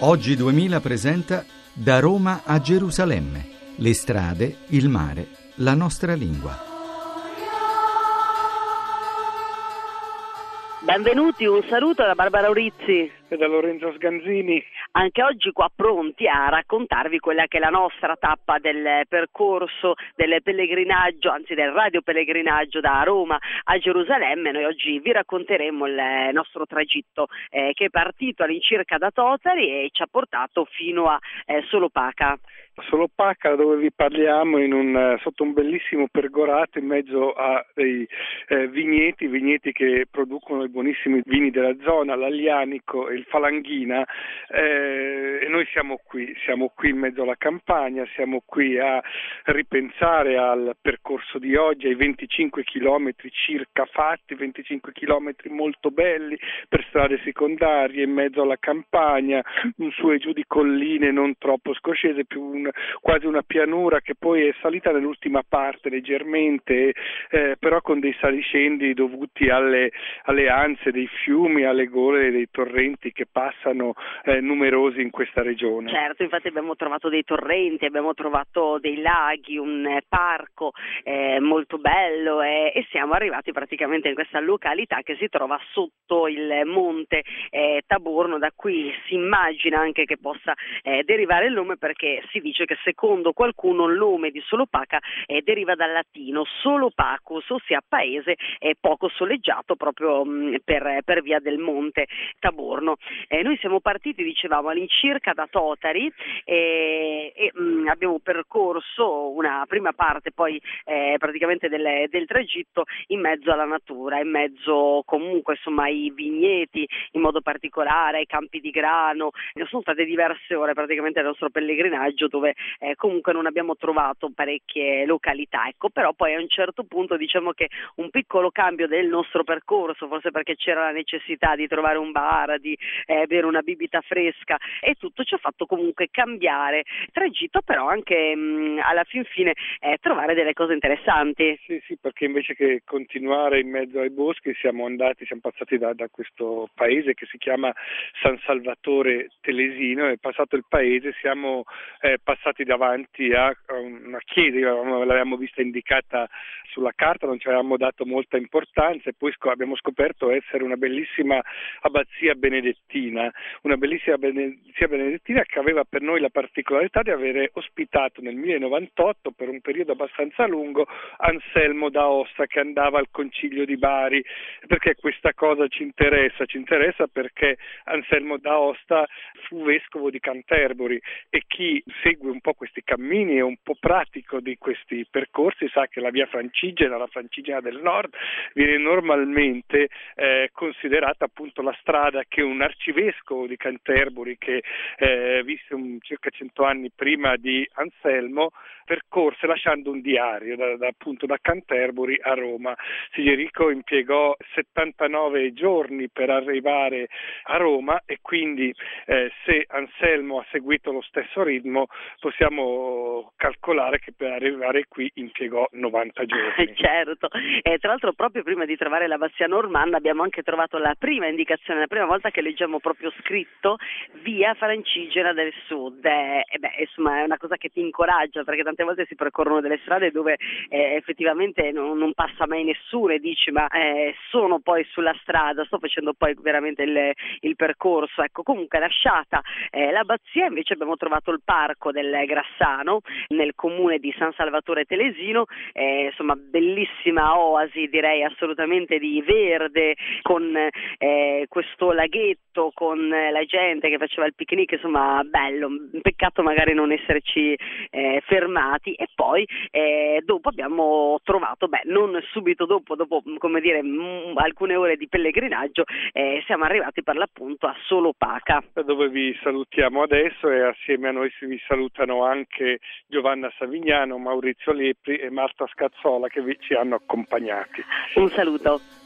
Oggi 2000 presenta Da Roma a Gerusalemme. Le strade, il mare, la nostra lingua. Benvenuti, un saluto da Barbara Urizzi e da Lorenzo Sganzini. Anche oggi qua pronti a raccontarvi quella che è la nostra tappa del percorso del pellegrinaggio, anzi del radio pellegrinaggio da Roma a Gerusalemme. Noi oggi vi racconteremo il nostro tragitto che è partito all'incirca da Totari e ci ha portato fino a Solopaca. Solopaca, dove vi parliamo sotto un bellissimo pergorato in mezzo a dei vigneti che producono i buonissimi vini della zona, l'Aglianico e il Falanghina, e noi siamo qui in mezzo alla campagna, siamo qui a ripensare al percorso di oggi, ai 25 chilometri circa fatti, 25 chilometri molto belli per strade secondarie in mezzo alla campagna, un su e giù di colline non troppo scoscese, quasi una pianura che poi è salita nell'ultima parte leggermente, però con dei saliscendi dovuti alle anse dei fiumi, alle gole dei torrenti che passano numerosi in questa regione. Certo, infatti abbiamo trovato dei torrenti, abbiamo trovato dei laghi, un parco molto bello e siamo arrivati praticamente in questa località che si trova sotto il monte Taborno. Da qui si immagina anche che possa derivare il nome, perché si dice che secondo qualcuno il nome di Solopaca deriva dal latino solopacus, ossia paese poco soleggiato, proprio per via del monte Taborno. Noi siamo partiti, dicevamo, all'incirca da Totari e abbiamo percorso una prima parte poi praticamente del tragitto in mezzo alla natura, in mezzo comunque insomma ai vigneti, in modo particolare ai campi di grano. Sono state diverse ore praticamente del nostro pellegrinaggio dove comunque non abbiamo trovato parecchie località, però poi a un certo punto diciamo che un piccolo cambio del nostro percorso, forse perché c'era la necessità di trovare un bar, di bere una bibita fresca, e tutto ci ha fatto comunque cambiare tragitto, però anche alla fin fine trovare delle cose interessanti. Sì, perché invece che continuare in mezzo ai boschi siamo passati da questo paese che si chiama San Salvatore Telesino, e passato il paese siamo passati davanti a una chiesa. L'avevamo vista indicata sulla carta, non ci avevamo dato molta importanza, e poi abbiamo scoperto essere una bellissima abbazia benedettina, che aveva per noi la particolarità di avere ospitato nel 1098, per un periodo abbastanza lungo, Anselmo d'Aosta, che andava al concilio di Bari. Perché questa cosa ci interessa? Ci interessa perché Anselmo d'Aosta fu vescovo di Canterbury, e chi segue un po' questi cammini e un po' pratico di questi percorsi sa che la via Francigena, la Francigena del Nord, viene normalmente considerata appunto la strada che un arcivescovo di Canterbury, che visse circa 100 anni prima di Anselmo, percorse lasciando un diario appunto da Canterbury a Roma. Sigerico impiegò 79 giorni per arrivare a Roma, e quindi se Anselmo ha seguito lo stesso ritmo possiamo calcolare che per arrivare qui impiegò 90 giorni. Certo, tra l'altro proprio prima di trovare l'abbazia normanna abbiamo anche trovato la prima indicazione, la prima volta che leggiamo proprio scritto via Francigena del Sud. Insomma è una cosa che ti incoraggia, perché tante volte si percorrono delle strade dove effettivamente non passa mai nessuno, e dici ma sono poi sulla strada, sto facendo poi veramente il percorso. Ecco, comunque lasciata l'abbazia invece abbiamo trovato il parco del Grassano nel comune di San Salvatore Telesino, insomma bellissima oasi, direi assolutamente di verde, con questo laghetto, con la gente che faceva il picnic, insomma bello, peccato magari non esserci fermati. E poi dopo abbiamo trovato, non subito dopo come dire alcune ore di pellegrinaggio, siamo arrivati per l'appunto a Solopaca, dove vi salutiamo adesso, e assieme a noi vi salutano anche Giovanna Savignano, Maurizio Lepri e Marta Scazzola, che ci hanno accompagnati. Un saluto.